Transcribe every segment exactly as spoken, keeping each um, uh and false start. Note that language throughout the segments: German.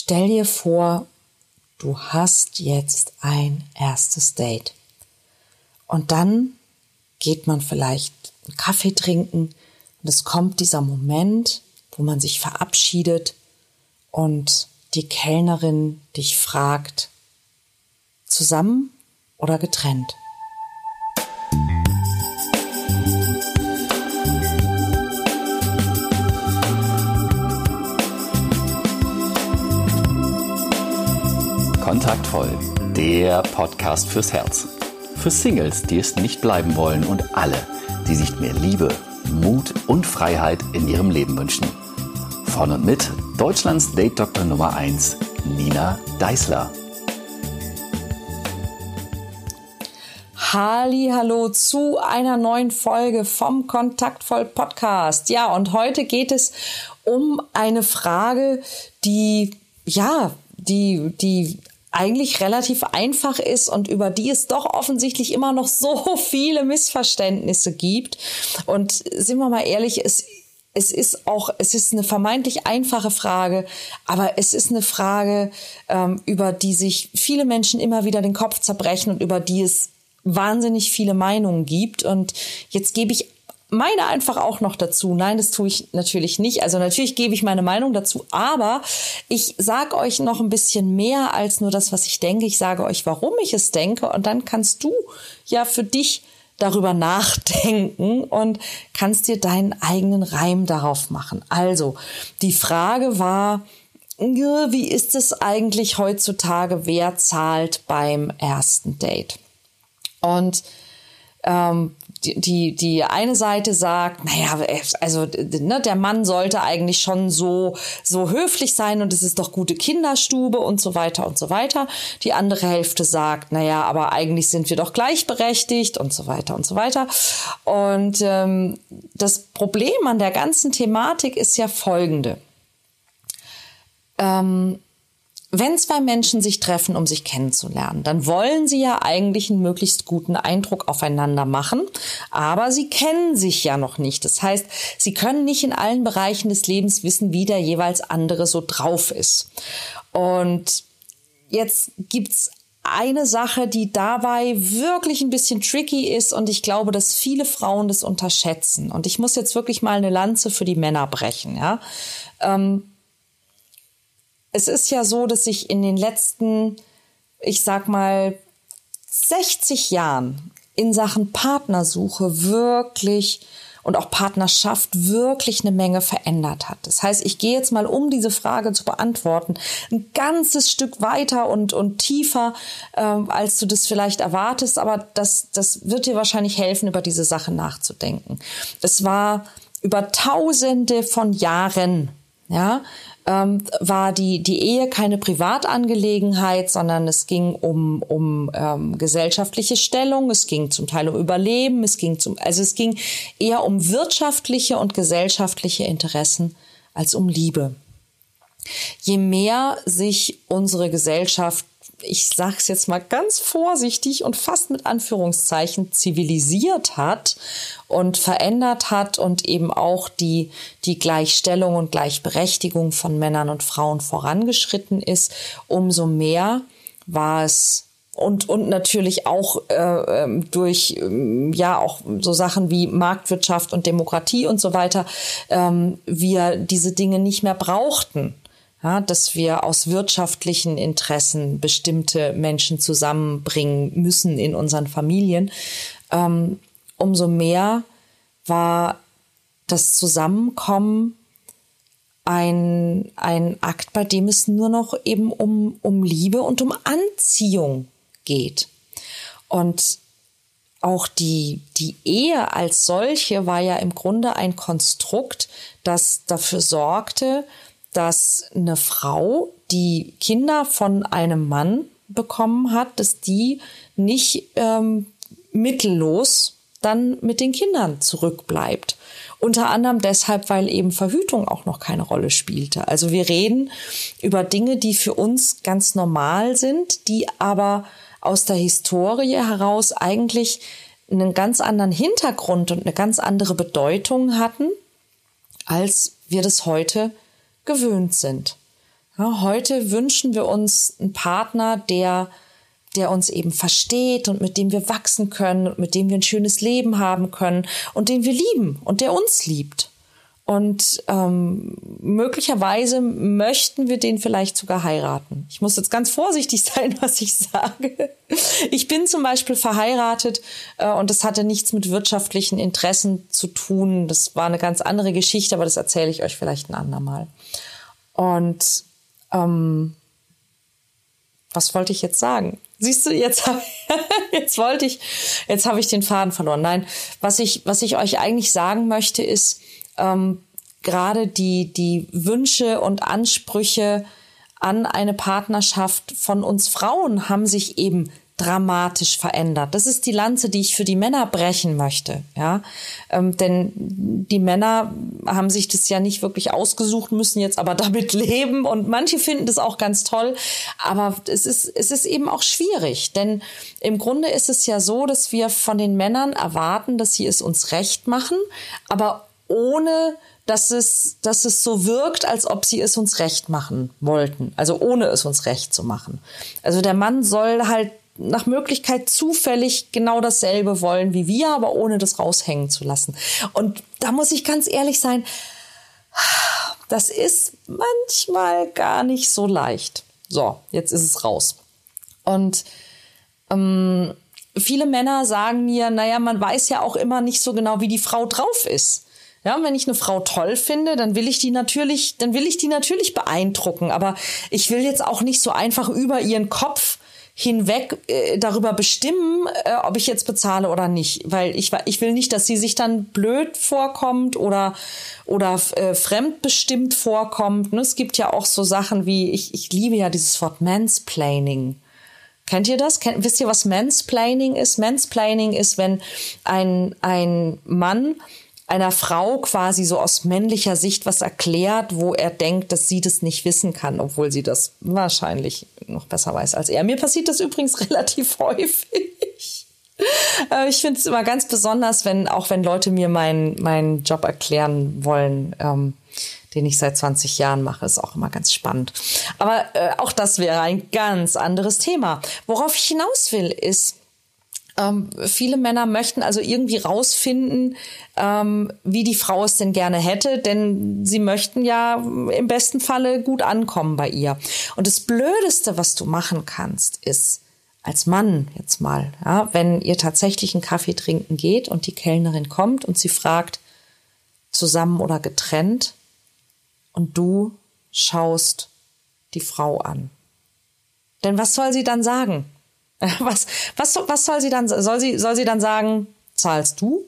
Stell dir vor, du hast jetzt ein erstes Date. Und dann geht man vielleicht einen Kaffee trinken und es kommt dieser Moment, wo man sich verabschiedet und die Kellnerin dich fragt, zusammen oder getrennt? Kontaktvoll, der Podcast fürs Herz. Für Singles, die es nicht bleiben wollen und alle, die sich mehr Liebe, Mut und Freiheit in ihrem Leben wünschen. Von und mit Deutschlands Date-Doktor Nummer eins, Nina Deißler. Hallihallo zu einer neuen Folge vom Kontaktvoll Podcast. Ja, und heute geht es um eine Frage, die, ja, die, die eigentlich relativ einfach ist und über die es doch offensichtlich immer noch so viele Missverständnisse gibt. Und sind wir mal ehrlich, es Es ist auch, es ist eine vermeintlich einfache Frage, aber es ist eine Frage, ähm, über die sich viele Menschen immer wieder den Kopf zerbrechen und über die es wahnsinnig viele Meinungen gibt. Und jetzt gebe ich meine einfach auch noch dazu. Nein, das tue ich natürlich nicht. Also natürlich gebe ich meine Meinung dazu, aber ich sage euch noch ein bisschen mehr als nur das, was ich denke. Ich sage euch, warum ich es denke, und dann kannst du ja für dich darüber nachdenken und kannst dir deinen eigenen Reim darauf machen. Also, die Frage war, wie ist es eigentlich heutzutage, wer zahlt beim ersten Date? Und ähm, die, die, die eine Seite sagt, naja, also ne, der Mann sollte eigentlich schon so, so höflich sein und es ist doch gute Kinderstube und so weiter und so weiter. Die andere Hälfte sagt, naja, aber eigentlich sind wir doch gleichberechtigt und so weiter und so weiter. Und ähm, das Problem an der ganzen Thematik ist ja folgende. Ähm, Wenn zwei Menschen sich treffen, um sich kennenzulernen, dann wollen sie ja eigentlich einen möglichst guten Eindruck aufeinander machen, aber sie kennen sich ja noch nicht. Das heißt, sie können nicht in allen Bereichen des Lebens wissen, wie der jeweils andere so drauf ist. Und jetzt gibt's eine Sache, die dabei wirklich ein bisschen tricky ist, und ich glaube, dass viele Frauen das unterschätzen. Und ich muss jetzt wirklich mal eine Lanze für die Männer brechen, ja. Ähm, Es ist ja so, dass sich in den letzten, ich sag mal, sechzig Jahren in Sachen Partnersuche wirklich und auch Partnerschaft wirklich eine Menge verändert hat. Das heißt, ich gehe jetzt mal, um diese Frage zu beantworten, ein ganzes Stück weiter und, und tiefer, ähm, als du das vielleicht erwartest. Aber das, das wird dir wahrscheinlich helfen, über diese Sache nachzudenken. Es war über Tausende von Jahren, ja, ähm, war die, die Ehe keine Privatangelegenheit, sondern es ging um, um ähm, gesellschaftliche Stellung, es ging zum Teil um Überleben, es ging zum, also es ging eher um wirtschaftliche und gesellschaftliche Interessen als um Liebe. Je mehr sich unsere Gesellschaft, ich sag's jetzt mal ganz vorsichtig und fast mit Anführungszeichen, zivilisiert hat und verändert hat und eben auch die, die Gleichstellung und Gleichberechtigung von Männern und Frauen vorangeschritten ist, umso mehr war es, und, und natürlich auch äh, durch äh, ja auch so Sachen wie Marktwirtschaft und Demokratie und so weiter, ähm, wir diese Dinge nicht mehr brauchten. Ja, dass wir aus wirtschaftlichen Interessen bestimmte Menschen zusammenbringen müssen in unseren Familien. Ähm, umso mehr war das Zusammenkommen ein, ein Akt, bei dem es nur noch eben um, um Liebe und um Anziehung geht. Und auch die, die Ehe als solche war ja im Grunde ein Konstrukt, das dafür sorgte, dass eine Frau, die Kinder von einem Mann bekommen hat, dass die nicht ähm, mittellos dann mit den Kindern zurückbleibt. Unter anderem deshalb, weil eben Verhütung auch noch keine Rolle spielte. Also wir reden über Dinge, die für uns ganz normal sind, die aber aus der Historie heraus eigentlich einen ganz anderen Hintergrund und eine ganz andere Bedeutung hatten, als wir das heute gewöhnt sind. Ja, heute wünschen wir uns einen Partner, der, der uns eben versteht und mit dem wir wachsen können und mit dem wir ein schönes Leben haben können und den wir lieben und der uns liebt. Und ähm, möglicherweise möchten wir den vielleicht sogar heiraten. Ich muss jetzt ganz vorsichtig sein, was ich sage. Ich bin zum Beispiel verheiratet äh, und das hatte nichts mit wirtschaftlichen Interessen zu tun. Das war eine ganz andere Geschichte, aber das erzähle ich euch vielleicht ein andermal. Und ähm, was wollte ich jetzt sagen? Siehst du, jetzt hab, jetzt wollte ich, jetzt habe ich den Faden verloren. Nein, was ich, was ich euch eigentlich sagen möchte, ist, Ähm, gerade die, die Wünsche und Ansprüche an eine Partnerschaft von uns Frauen haben sich eben dramatisch verändert. Das ist die Lanze, die ich für die Männer brechen möchte, ja, ähm, denn die Männer haben sich das ja nicht wirklich ausgesucht, müssen jetzt aber damit leben und manche finden das auch ganz toll, aber es ist, es ist eben auch schwierig, denn im Grunde ist es ja so, dass wir von den Männern erwarten, dass sie es uns recht machen, aber ohne, dass es, dass es so wirkt, als ob sie es uns recht machen wollten. Also ohne es uns recht zu machen. Also der Mann soll halt nach Möglichkeit zufällig genau dasselbe wollen wie wir, aber ohne das raushängen zu lassen. Und da muss ich ganz ehrlich sein, das ist manchmal gar nicht so leicht. So, jetzt ist es raus. Und ähm, viele Männer sagen mir, naja, man weiß ja auch immer nicht so genau, wie die Frau drauf ist. Ja, wenn ich eine Frau toll finde, dann will ich die natürlich, dann will ich die natürlich beeindrucken. Aber ich will jetzt auch nicht so einfach über ihren Kopf hinweg äh, darüber bestimmen, äh, ob ich jetzt bezahle oder nicht. Weil ich, ich will nicht, dass sie sich dann blöd vorkommt oder, oder äh, fremdbestimmt vorkommt. Es gibt ja auch so Sachen wie, ich, ich liebe ja dieses Wort Mansplaining. Kennt ihr das? Kennt, wisst ihr, was Mansplaining ist? Mansplaining ist, wenn ein, ein Mann einer Frau quasi so aus männlicher Sicht was erklärt, wo er denkt, dass sie das nicht wissen kann, obwohl sie das wahrscheinlich noch besser weiß als er. Mir passiert das übrigens relativ häufig. Ich finde es immer ganz besonders, wenn auch wenn Leute mir meinen meinen Job erklären wollen, ähm, den ich seit zwanzig Jahren mache, ist auch immer ganz spannend. Aber äh, auch das wäre ein ganz anderes Thema. Worauf ich hinaus will, ist, Ähm, viele Männer möchten also irgendwie rausfinden, ähm, wie die Frau es denn gerne hätte, denn sie möchten ja im besten Falle gut ankommen bei ihr. Und das Blödeste, was du machen kannst, ist als Mann jetzt mal, ja, wenn ihr tatsächlich einen Kaffee trinken geht und die Kellnerin kommt und sie fragt, zusammen oder getrennt, und du schaust die Frau an. Denn was soll sie dann sagen? Was, was, was soll sie dann, soll sie, soll sie dann sagen, zahlst du?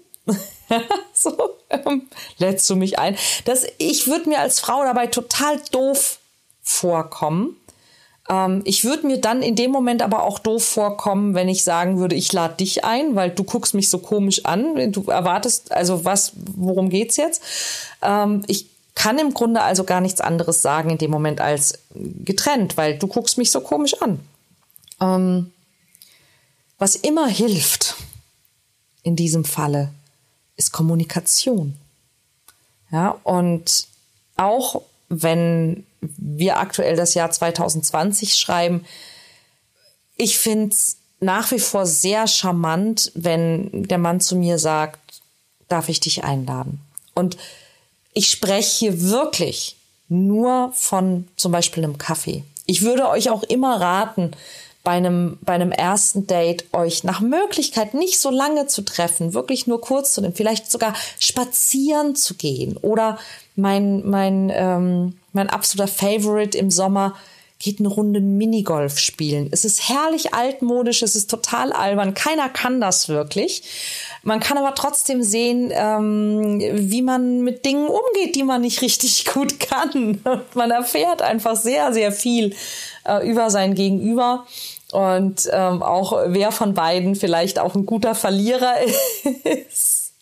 So, ähm, lädst du mich ein? Das, ich würde mir als Frau dabei total doof vorkommen. Ähm, ich würde mir dann in dem Moment aber auch doof vorkommen, wenn ich sagen würde, ich lade dich ein, weil du guckst mich so komisch an. Du erwartest, also was, worum geht's jetzt? Ähm, ich kann im Grunde also gar nichts anderes sagen in dem Moment als getrennt, weil du guckst mich so komisch an. Ähm, Was immer hilft in diesem Falle, ist Kommunikation. Ja, und auch wenn wir aktuell das Jahr zwanzig zwanzig schreiben, ich finde es nach wie vor sehr charmant, wenn der Mann zu mir sagt, darf ich dich einladen? Und ich spreche hier wirklich nur von zum Beispiel einem Kaffee. Ich würde euch auch immer raten, bei einem, bei einem ersten Date euch nach Möglichkeit nicht so lange zu treffen, wirklich nur kurz zu nehmen, vielleicht sogar spazieren zu gehen. Oder mein, mein, ähm, mein absoluter Favorite im Sommer, geht eine Runde Minigolf spielen. Es ist herrlich altmodisch, es ist total albern, keiner kann das wirklich. Man kann aber trotzdem sehen, ähm, wie man mit Dingen umgeht, die man nicht richtig gut kann. Und man erfährt einfach sehr, sehr viel äh, über sein Gegenüber. Und ähm, auch wer von beiden vielleicht auch ein guter Verlierer ist.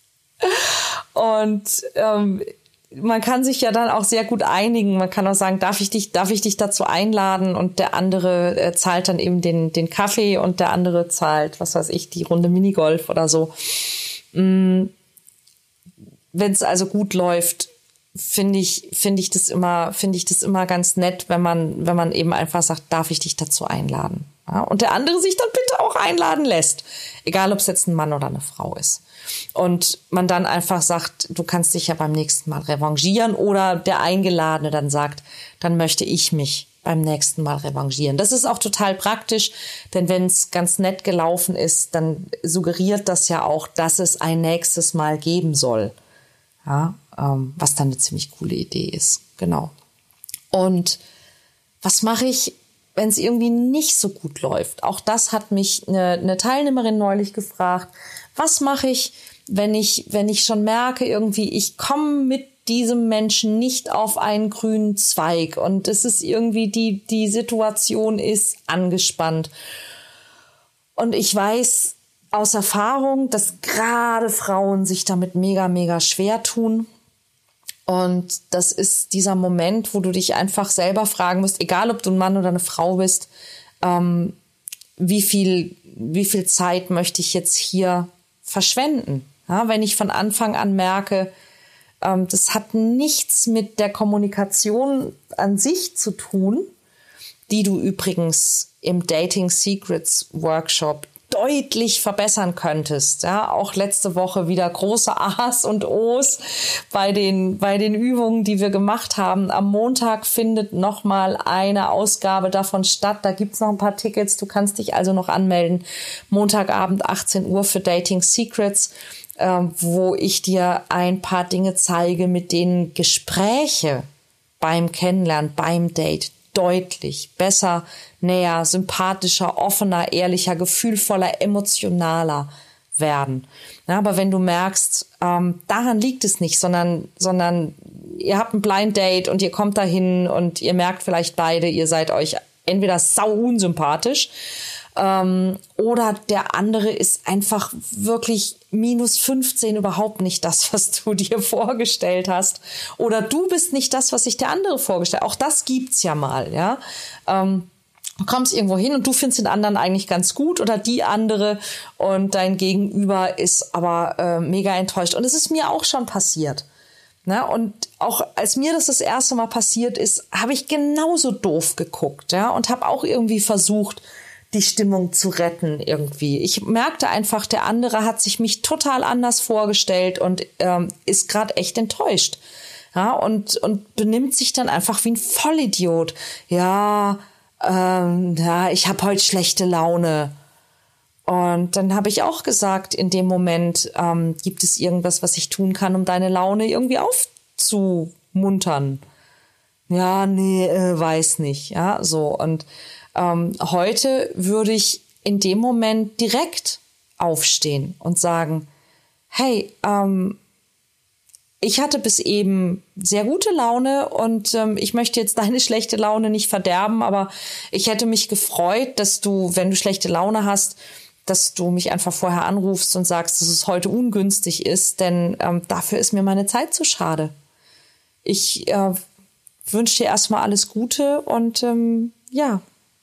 Und ähm, man kann sich ja dann auch sehr gut einigen. Man kann auch sagen, darf ich dich, darf ich dich dazu einladen? Und der andere äh, zahlt dann eben den, den Kaffee und der andere zahlt, was weiß ich, die Runde Minigolf oder so. Mm, wenn es also gut läuft, finde ich, finde ich das immer, finde ich das immer ganz nett, wenn man, wenn man eben einfach sagt, darf ich dich dazu einladen? Ja, und der andere sich dann bitte auch einladen lässt. Egal, ob es jetzt ein Mann oder eine Frau ist. Und man dann einfach sagt, du kannst dich ja beim nächsten Mal revanchieren, oder der Eingeladene dann sagt, dann möchte ich mich beim nächsten Mal revanchieren. Das ist auch total praktisch, denn wenn es ganz nett gelaufen ist, dann suggeriert das ja auch, dass es ein nächstes Mal geben soll. Ja, ähm, was dann eine ziemlich coole Idee ist. Genau. Und was mache ich, wenn es irgendwie nicht so gut läuft? Auch das hat mich eine, eine Teilnehmerin neulich gefragt. Was mache ich, wenn ich, wenn ich schon merke, irgendwie, ich komme mit diesem Menschen nicht auf einen grünen Zweig und es ist irgendwie, die, die Situation ist angespannt. Und ich weiß aus Erfahrung, dass gerade Frauen sich damit mega, mega schwer tun. Und das ist dieser Moment, wo du dich einfach selber fragen musst, egal ob du ein Mann oder eine Frau bist, ähm, wie viel, wie viel Zeit möchte ich jetzt hier verschwenden? Ja, wenn ich von Anfang an merke, ähm, das hat nichts mit der Kommunikation an sich zu tun, die du übrigens im Dating Secrets Workshop deutlich verbessern könntest. Ja, auch letzte Woche wieder große A's und O's bei den, bei den Übungen, die wir gemacht haben. Am Montag findet noch mal eine Ausgabe davon statt. Da gibt's noch ein paar Tickets. Du kannst dich also noch anmelden. Montagabend achtzehn Uhr für Dating Secrets, äh, wo ich dir ein paar Dinge zeige, mit denen Gespräche beim Kennenlernen, beim Date deutlich besser, näher, sympathischer, offener, ehrlicher, gefühlvoller, emotionaler werden. Ja, aber wenn du merkst, ähm, daran liegt es nicht, sondern, sondern ihr habt ein Blind Date und ihr kommt dahin und ihr merkt vielleicht beide, ihr seid euch entweder sau unsympathisch, ähm, oder der andere ist einfach wirklich minus fünfzehn überhaupt nicht das, was du dir vorgestellt hast. Oder du bist nicht das, was sich der andere vorgestellt hat. Auch das gibt's ja mal, ja. Ähm, du kommst irgendwo hin und du findest den anderen eigentlich ganz gut oder die andere und dein Gegenüber ist aber äh, mega enttäuscht. Und es ist mir auch schon passiert. Ne? Und auch als mir das das erste Mal passiert ist, habe ich genauso doof geguckt, ja, und habe auch irgendwie versucht, die Stimmung zu retten irgendwie. Ich merkte einfach, der andere hat sich mich total anders vorgestellt und ähm, ist gerade echt enttäuscht. Ja, und, und benimmt sich dann einfach wie ein Vollidiot. Ja, ähm, ja, ich habe heute schlechte Laune. Und dann habe ich auch gesagt, in dem Moment, ähm, gibt es irgendwas, was ich tun kann, um deine Laune irgendwie aufzumuntern? Ja, nee, äh, weiß nicht. Ja, so. Und ähm, heute würde ich in dem Moment direkt aufstehen und sagen, hey, ähm, ich hatte bis eben sehr gute Laune und ähm, ich möchte jetzt deine schlechte Laune nicht verderben, aber ich hätte mich gefreut, dass du, wenn du schlechte Laune hast, dass du mich einfach vorher anrufst und sagst, dass es heute ungünstig ist, denn ähm, dafür ist mir meine Zeit zu schade. Ich äh, wünsche dir erstmal alles Gute und ähm, ja,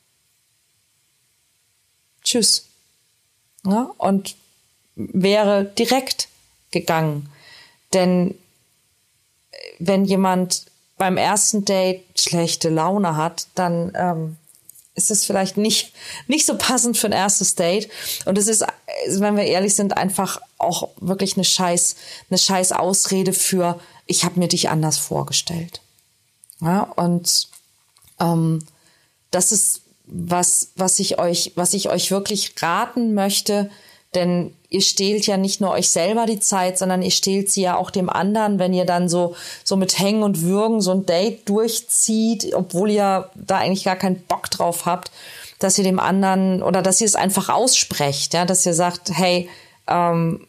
tschüss. Ja, und wäre direkt gegangen, denn wenn jemand beim ersten Date schlechte Laune hat, dann ähm, ist es vielleicht nicht nicht so passend für ein erstes Date. Und es ist, wenn wir ehrlich sind, einfach auch wirklich eine scheiß eine scheiß Ausrede für, ich habe mir dich anders vorgestellt. Ja, und ähm, das ist was was ich euch was ich euch wirklich raten möchte. Denn ihr stehlt ja nicht nur euch selber die Zeit, sondern ihr stehlt sie ja auch dem anderen, wenn ihr dann so so mit Hängen und Würgen so ein Date durchzieht, obwohl ihr da eigentlich gar keinen Bock drauf habt, dass ihr dem anderen oder dass ihr es einfach aussprecht, ja, dass ihr sagt, hey, ähm,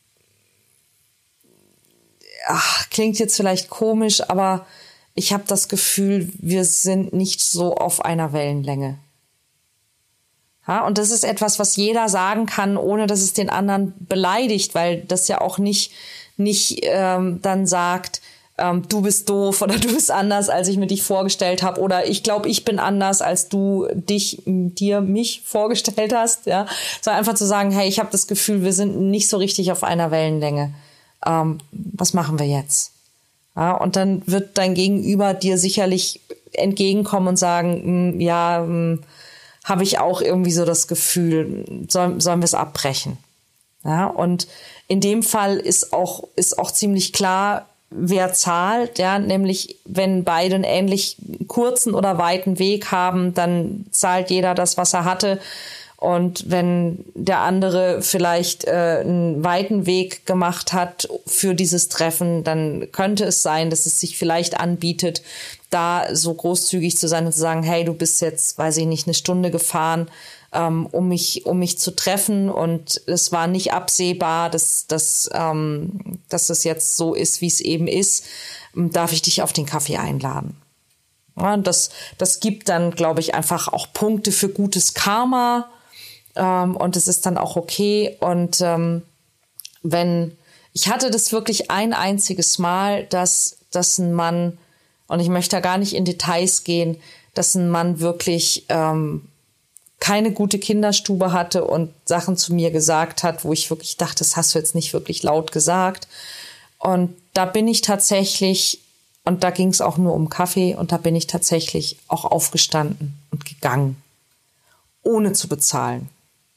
ach, klingt jetzt vielleicht komisch, aber ich habe das Gefühl, wir sind nicht so auf einer Wellenlänge. Ja, und das ist etwas, was jeder sagen kann, ohne dass es den anderen beleidigt, weil das ja auch nicht nicht ähm, dann sagt, ähm, du bist doof oder du bist anders, als ich mir dich vorgestellt habe, oder ich glaube, ich bin anders, als du dich dir mich vorgestellt hast, ja, sondern einfach zu sagen, hey, ich habe das Gefühl, wir sind nicht so richtig auf einer Wellenlänge. Ähm, was machen wir jetzt? Ja, und dann wird dein Gegenüber dir sicherlich entgegenkommen und sagen, ja, habe ich auch irgendwie so das Gefühl, soll, sollen wir es abbrechen? Ja, und in dem Fall ist auch, ist auch ziemlich klar, wer zahlt, ja, nämlich wenn beide einen ähnlich kurzen oder weiten Weg haben, dann zahlt jeder das, was er hatte. Und wenn der andere vielleicht äh, einen weiten Weg gemacht hat für dieses Treffen, dann könnte es sein, dass es sich vielleicht anbietet, da so großzügig zu sein und zu sagen, hey, du bist jetzt, weiß ich nicht, eine Stunde gefahren, ähm, um mich, um mich zu treffen, und es war nicht absehbar, dass, dass, ähm, dass es jetzt so ist, wie es eben ist. Darf ich dich auf den Kaffee einladen? Ja, und das, das gibt dann, glaube ich, einfach auch Punkte für gutes Karma. Und es ist dann auch okay. Und ähm, wenn, ich hatte das wirklich ein einziges Mal, dass, dass ein Mann, und ich möchte da gar nicht in Details gehen, dass ein Mann wirklich ähm, keine gute Kinderstube hatte und Sachen zu mir gesagt hat, wo ich wirklich dachte, das hast du jetzt nicht wirklich laut gesagt. Und da bin ich tatsächlich, und da ging es auch nur um Kaffee, und da bin ich tatsächlich auch aufgestanden und gegangen, ohne zu bezahlen.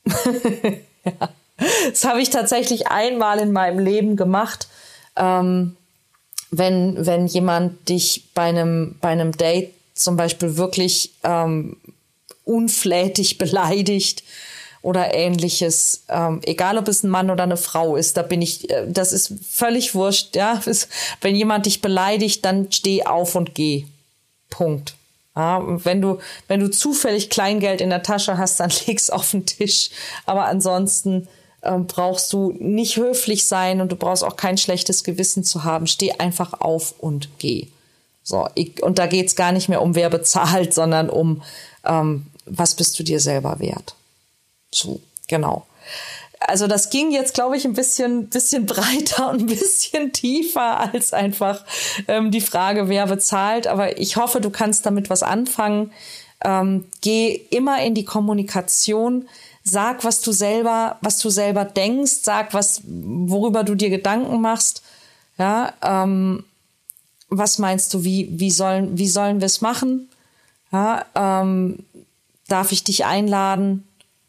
Ja. Das habe ich tatsächlich einmal in meinem Leben gemacht. Ähm, wenn, wenn jemand dich bei einem, bei einem Date zum Beispiel wirklich ähm, unflätig beleidigt oder ähnliches, ähm, egal ob es ein Mann oder eine Frau ist, da bin ich, äh, das ist völlig wurscht. Ja? Wenn jemand dich beleidigt, dann steh auf und geh. Punkt. Ja, und wenn du, wenn du zufällig Kleingeld in der Tasche hast, dann leg's auf den Tisch. Aber ansonsten ähm, brauchst du nicht höflich sein, und du brauchst auch kein schlechtes Gewissen zu haben. Steh einfach auf und geh. So, ich, und da geht's gar nicht mehr um, wer bezahlt, sondern um, ähm, was bist du dir selber wert. So, genau. Also das ging jetzt, glaube ich, ein bisschen, bisschen breiter und ein bisschen tiefer als einfach ähm, die Frage, wer bezahlt. Aber ich hoffe, du kannst damit was anfangen. Ähm, geh immer in die Kommunikation. Sag, was du selber, was du selber denkst. Sag, was, worüber du dir Gedanken machst. Ja, ähm, was meinst du? Wie, wie sollen, wie sollen wir es machen? Ja, ähm, darf ich dich einladen?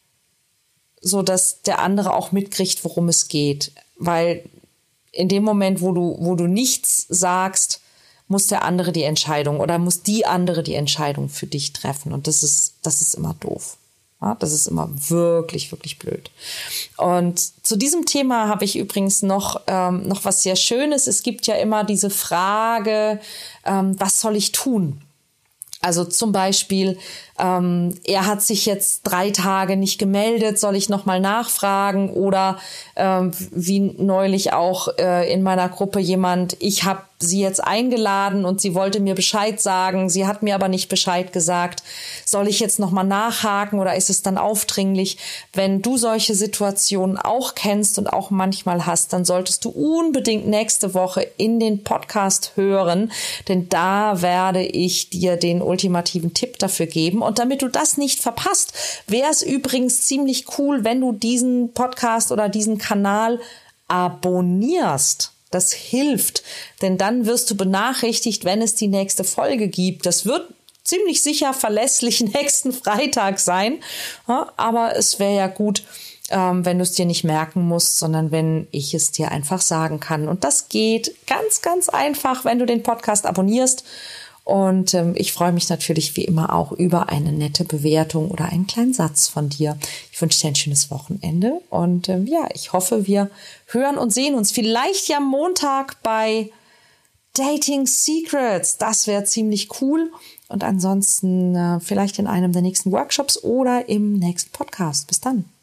So dass der andere auch mitkriegt, worum es geht. Weil in dem Moment, wo du, wo du nichts sagst, muss der andere die Entscheidung oder muss die andere die Entscheidung für dich treffen. Und das ist, das ist immer doof. Ja, das ist immer wirklich, wirklich blöd. Und zu diesem Thema habe ich übrigens noch, ähm, noch was sehr Schönes. Es gibt ja immer diese Frage, ähm, was soll ich tun? Also zum Beispiel, ähm, er hat sich jetzt drei Tage nicht gemeldet, soll ich nochmal nachfragen? Oder ähm, wie neulich auch äh, in meiner Gruppe jemand, ich habe sie jetzt eingeladen und sie wollte mir Bescheid sagen, sie hat mir aber nicht Bescheid gesagt. Soll ich jetzt nochmal nachhaken oder ist es dann aufdringlich? Wenn du solche Situationen auch kennst und auch manchmal hast, dann solltest du unbedingt nächste Woche in den Podcast hören, denn da werde ich dir den ultimativen Tipp dafür geben. Und damit du das nicht verpasst, wäre es übrigens ziemlich cool, wenn du diesen Podcast oder diesen Kanal abonnierst. Das hilft, denn dann wirst du benachrichtigt, wenn es die nächste Folge gibt. Das wird ziemlich sicher verlässlich nächsten Freitag sein, ja, aber es wäre ja gut, ähm, wenn du es dir nicht merken musst, sondern wenn ich es dir einfach sagen kann. Und das geht ganz, ganz einfach, wenn du den Podcast abonnierst. Und ähm, ich freue mich natürlich wie immer auch über eine nette Bewertung oder einen kleinen Satz von dir. Ich wünsche dir ein schönes Wochenende und ähm, ja, ich hoffe, wir hören und sehen uns vielleicht ja Montag bei Dating Secrets. Das wäre ziemlich cool. Und ansonsten äh, vielleicht in einem der nächsten Workshops oder im nächsten Podcast. Bis dann.